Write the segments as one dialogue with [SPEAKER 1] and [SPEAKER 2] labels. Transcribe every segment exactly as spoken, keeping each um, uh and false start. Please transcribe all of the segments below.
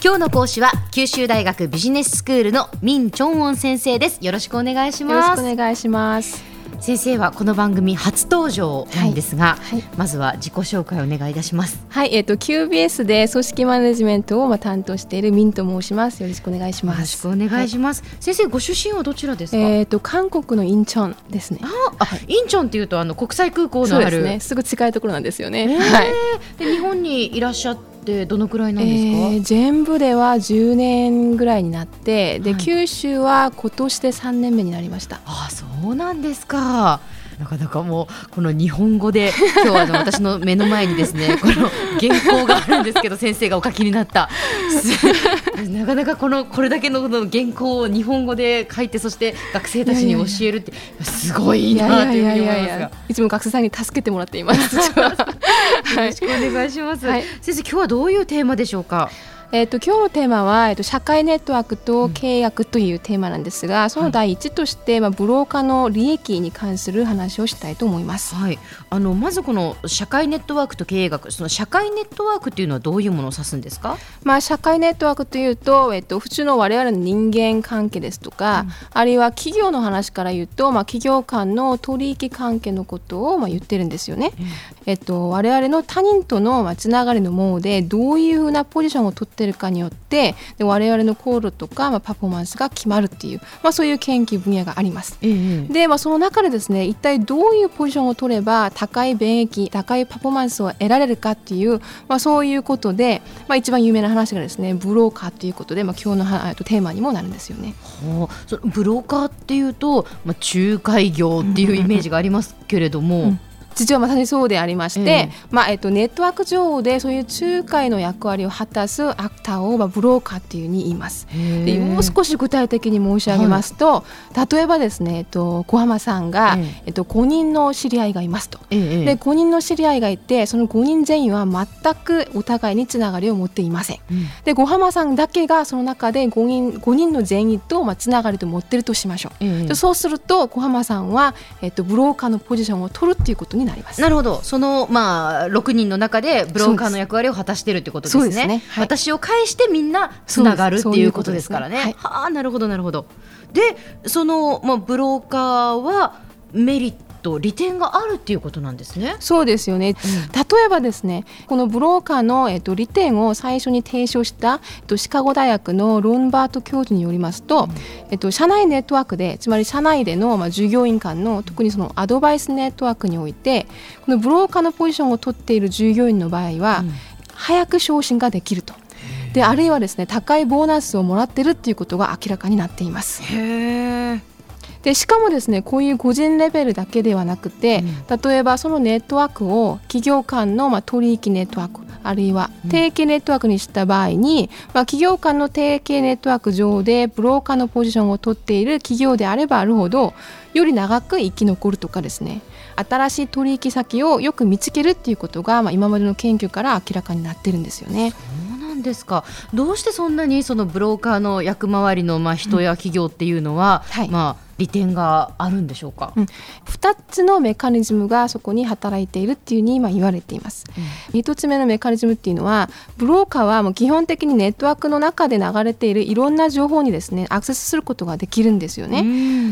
[SPEAKER 1] 今日の講師は九州大学ビジネススクールのミン・チョンウォン先生です。よろしくお願いします。
[SPEAKER 2] よろしくお願いします。
[SPEAKER 1] 先生はこの番組初登場なんですが、
[SPEAKER 2] はいはい、
[SPEAKER 1] まずは自己紹介をお願いいたします。
[SPEAKER 2] はい、えーと、キュービーエス で組織マネジメントをまあ担当しているミンと申します。よろしくお願いします。
[SPEAKER 1] よろしくお願いします、はい、先生ご出身はどちらですか？
[SPEAKER 2] えーと、韓国のインチョンですね。
[SPEAKER 1] ああ、はい、インチョンっていうとあの国際空港のある、
[SPEAKER 2] そうですね、すぐ近いところなんですよね、
[SPEAKER 1] えー
[SPEAKER 2] はい、
[SPEAKER 1] で日本にいらっしゃってどのくらいなんですか？
[SPEAKER 2] えー、全部ではじゅうねんぐらいになってで、
[SPEAKER 1] はい、
[SPEAKER 2] 九州は今年でさんねんめになりました。
[SPEAKER 1] あ、そうなんですか。なかなかもうこの日本語で今日はあの私の目の前にですねこの原稿があるんですけど先生がお書きになったなかなかこのこれだけの原稿を日本語で書いてそして学生たちに教えるってすごいなというふうに思いますが、
[SPEAKER 2] いつも学生さんに助けてもらっていますよ
[SPEAKER 1] ろしくお願いします、
[SPEAKER 2] はい、
[SPEAKER 1] 先生今日はどういうテーマでしょうか？
[SPEAKER 2] えー、と今日のテーマは、えー、と社会ネットワークと契約というテーマなんですが、うん、その第一として、まあ、ブローカーの利益に関する話をしたいと思います、
[SPEAKER 1] はい、あのまずこの社会ネットワークと経営学、その社会ネットワークというのはどういうものを指すんですか？
[SPEAKER 2] まあ、社会ネットワークというと、えー、と普通の我々の人間関係ですとか、うん、あるいは企業の話から言うと、まあ、企業間の取引関係のことをまあ言ってるんですよね、うん、えー、と我々の他人とのまあつながりのものでどういうふうなポジションを取ってるかによってで我々の行動とか、まあ、パフォーマンスが決まるっていう、まあ、そういう研究分野があります、うんうん、で、まあ、その中でですね一体どういうポジションを取れば高い便益高いパフォーマンスを得られるかっていう、まあ、そういうことで、まあ、一番有名な話がですねブローカーということで、まあ、今日のテーマにもなるんですよね。
[SPEAKER 1] はあ、そのブローカーっていうと、まあ、仲介業っていうイメージがありますけれども、うんうんうん、
[SPEAKER 2] 実はまさにそうでありまして、えーまあえっと、ネットワーク上でそういう仲介の役割を果たすアクターを、まあ、ブローカーっていうふうに言います。でもう少し具体的に申し上げますと、はい、例えばですね、えっと、小浜さんが、えーえっと、ごにんの知り合いがいますと、えー、でごにんの知り合いがいてそのごにん全員は全くお互いにつながりを持っていません、うん、で小浜さんだけがその中でごにん、ごにんの全員と、まあ、つながりを持っているとしましょう、えー、でそうすると小浜さんは、えっと、ブローカーのポジションを取るっていうことになります。
[SPEAKER 1] なるほど、その、まあ、ろくにんの中でブローカーの役割を果たしているということですね。そうですね、はい、私を介してみんなつながるっていうことですからね。はい、はあ、なるほどなるほど。でその、まあ、ブローカーはメリット利点があるっていうことなんですね。
[SPEAKER 2] そうですよね、うん、例えばですねこのブローカーの、えっと、利点を最初に提唱した、えっと、シカゴ大学のロンバート教授によりますと、うんえっと、社内ネットワークでつまり社内での、まあ、従業員間の特にそのアドバイスネットワークにおいてこのブローカーのポジションを取っている従業員の場合は、うん、早く昇進ができるとであるいはですね高いボーナスをもらっているっていうことが明らかになっています。
[SPEAKER 1] へー。
[SPEAKER 2] でしかもですねこういう個人レベルだけではなくて、うん、例えばそのネットワークを企業間の、まあ、取引ネットワークあるいは提携ネットワークにした場合に、うんまあ、企業間の提携ネットワーク上でブローカーのポジションを取っている企業であればあるほどより長く生き残るとかですね新しい取引先をよく見つけるっていうことが、まあ、今までの研究から明らかになってるんですよね。
[SPEAKER 1] そうなんですか。どうしてそんなにそのブローカーの役回りのまあ人や企業っていうのは、うんはいまあ利点があるんでしょうか？うん、
[SPEAKER 2] ふたつのメカニズムがそこに働いているっていうふうに今言われています、うん、ひとつめのメカニズムっていうのはブローカーはもう基本的にネットワークの中で流れているいろんな情報にですねアクセスすることができるんですよね、うん、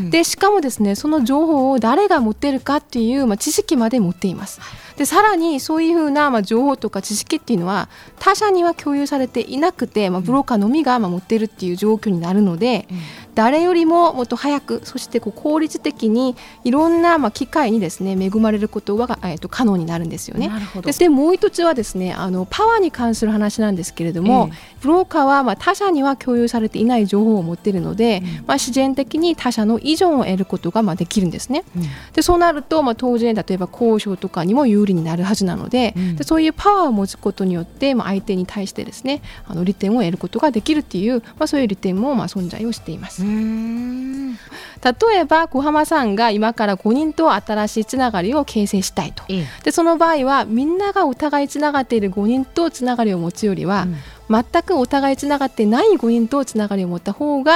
[SPEAKER 2] でしかもですねその情報を誰が持っているかっていう、まあ、知識まで持っています。でさらにそういうふうな、まあ、情報とか知識っていうのは他社には共有されていなくて、まあ、ブローカーのみがまあ持っているっていう状況になるので、うん、誰よりももっと早くそしてこう効率的にいろんなまあ機会にですね恵まれることが、えー、と可能になるんですよね。
[SPEAKER 1] なるほど。
[SPEAKER 2] でもう一つはですねあのパワーに関する話なんですけれども、えー、ブローカーはまあ他社には共有されていない情報を持っているので、うんまあ、自然的に他社の依存を得ることがまあできるんですね、うん、でそうなると、まあ、当然例えば交渉とかにも有利になるはずなので、うん、でそういうパワーを持つことによって、まあ、相手に対してですねあの利点を得ることができるっていう、まあ、そういう利点もまあ存在をしています。うーん例えば小浜さんが今からごにんと新しいつながりを形成したいと、うん、でその場合はみんながお互いつながっているごにんとつながりを持つよりは、うん全くお互いつながってないごにんとつながりを持った方が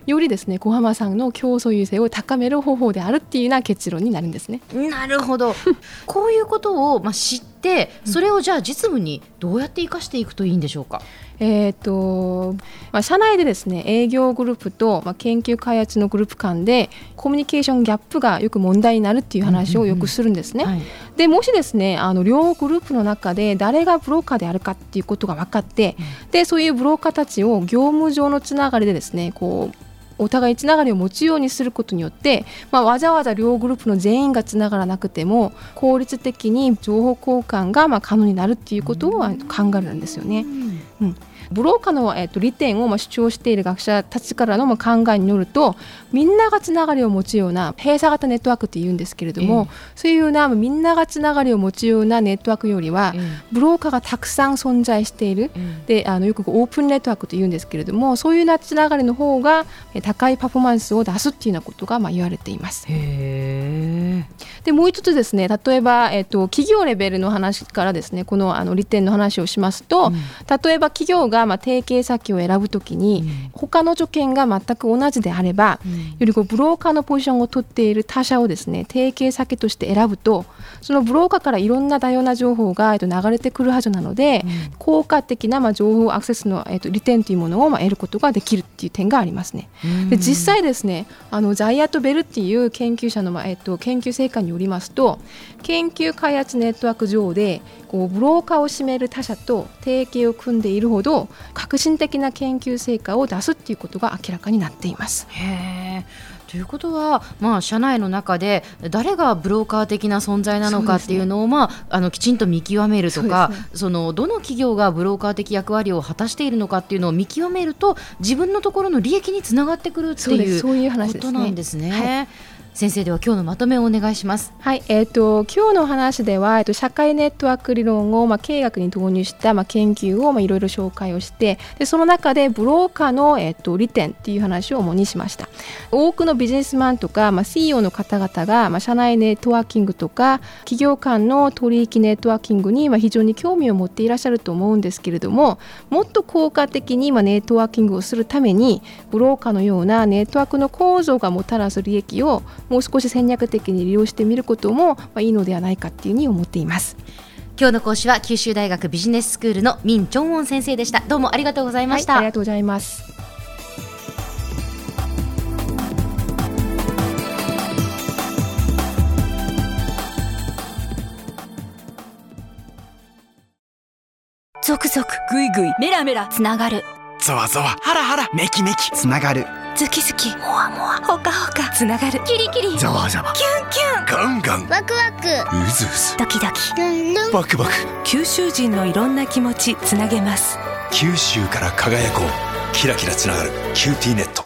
[SPEAKER 2] よりですね小浜さんの競争優勢を高める方法であるっていうような結論になるんですね。
[SPEAKER 1] なるほどこういうことを、まあ、知ってそれをじゃあ実務にどうやって生かしていくといいんでしょうか。
[SPEAKER 2] えーとまあ、社内でですね営業グループと、まあ、研究開発のグループ間でコミュニケーションギャップがよく問題になるっていう話をよくするんですね、うんうんうんはい、でもしですねあの両グループの中で誰がブローカーであるかっていうことが分かって、うん、でそういうブローカーたちを業務上のつながりでですねこうお互いつながりを持つようにすることによって、まあ、わざわざ両グループの全員がつながらなくても効率的に情報交換がまあ可能になるっていうことを考えるんですよね、うんうんブローカーの、えー、と利点をまあ主張している学者たちからのまあ考えによるとみんながつながりを持つような閉鎖型ネットワークって言うんですけれども、えー、そういうようなみんながつながりを持つようなネットワークよりは、えー、ブローカーがたくさん存在している、えー、であのよくオープンネットワークと言うんですけれどもそういうようなつながりの方が高いパフォーマンスを出すっていうようなことがまあ言われています。
[SPEAKER 1] へー。
[SPEAKER 2] でもう一つですね例えば、えー、と企業レベルの話からですねこの、あの利点の話をしますと、うん、例えば企業がまあ提携先を選ぶときに、うん、他の条件が全く同じであれば、うん、よりこうブローカーのポジションを取っている他社をですね提携先として選ぶとそのブローカーからいろんな多様な情報が、えっと、流れてくるはずなので、うん、効果的な、まあ、情報アクセスの、えっと、利点というものを、まあ、得ることができるっていう点がありますね。で実際ですねあのザイアットベルっていう研究者の、まあえっと、研究成果によりますと研究開発ネットワーク上でこうブローカーを占める他社と提携を組んでいるほど革新的な研究成果を出すっていうことが明らかになっています。
[SPEAKER 1] へー。ということは、まあ、社内の中で誰がブローカー的な存在なのかっていうのを、まあ、あのきちんと見極めるとか そ,、ね、そのどの企業がブローカー的役割を果たしているのかっていうのを見極めると自分のところの利益につながってくるっていうことなんですね。はい。先生では今日のまとめをお願いします。
[SPEAKER 2] はい、えー、と今日の話では、えー、と社会ネットワーク理論を、まあ、経営学に導入した、まあ、研究を、まあ、いろいろ紹介をしてでその中でブローカーの、えー、と利点っていう話を主にしました。多くのビジネスマンとか、まあ、シーイーオー の方々が、まあ、社内ネットワーキングとか企業間の取引ネットワーキングに、まあ、非常に興味を持っていらっしゃると思うんですけれどももっと効果的に、まあ、ネットワーキングをするためにブローカーのようなネットワークの構造がもたらす利益をもう少し戦略的に利用してみることも、まあ、いいのではないかっていうふうに思っています。
[SPEAKER 1] 今日の講師は九州大学ビジネススクールのミン・チョンウォン先生でした。どうもありがとうございました。
[SPEAKER 2] はい、ありがとうございます。
[SPEAKER 3] ゾクゾクグイグイメラメラつながる
[SPEAKER 4] ゾワゾワハラハラメキメキつながる
[SPEAKER 3] ズキズキモワモワホカホカつながるキリキリ
[SPEAKER 4] ザワザワ
[SPEAKER 3] キュンキュン
[SPEAKER 4] ガンガン
[SPEAKER 5] ワクワク
[SPEAKER 4] ウズウズ
[SPEAKER 3] ドキドキ
[SPEAKER 5] ルンルン
[SPEAKER 4] バクバク
[SPEAKER 3] 九州人のいろんな気持ちつなげます。
[SPEAKER 4] 九州から輝こうキラキラつながるキューティーネット。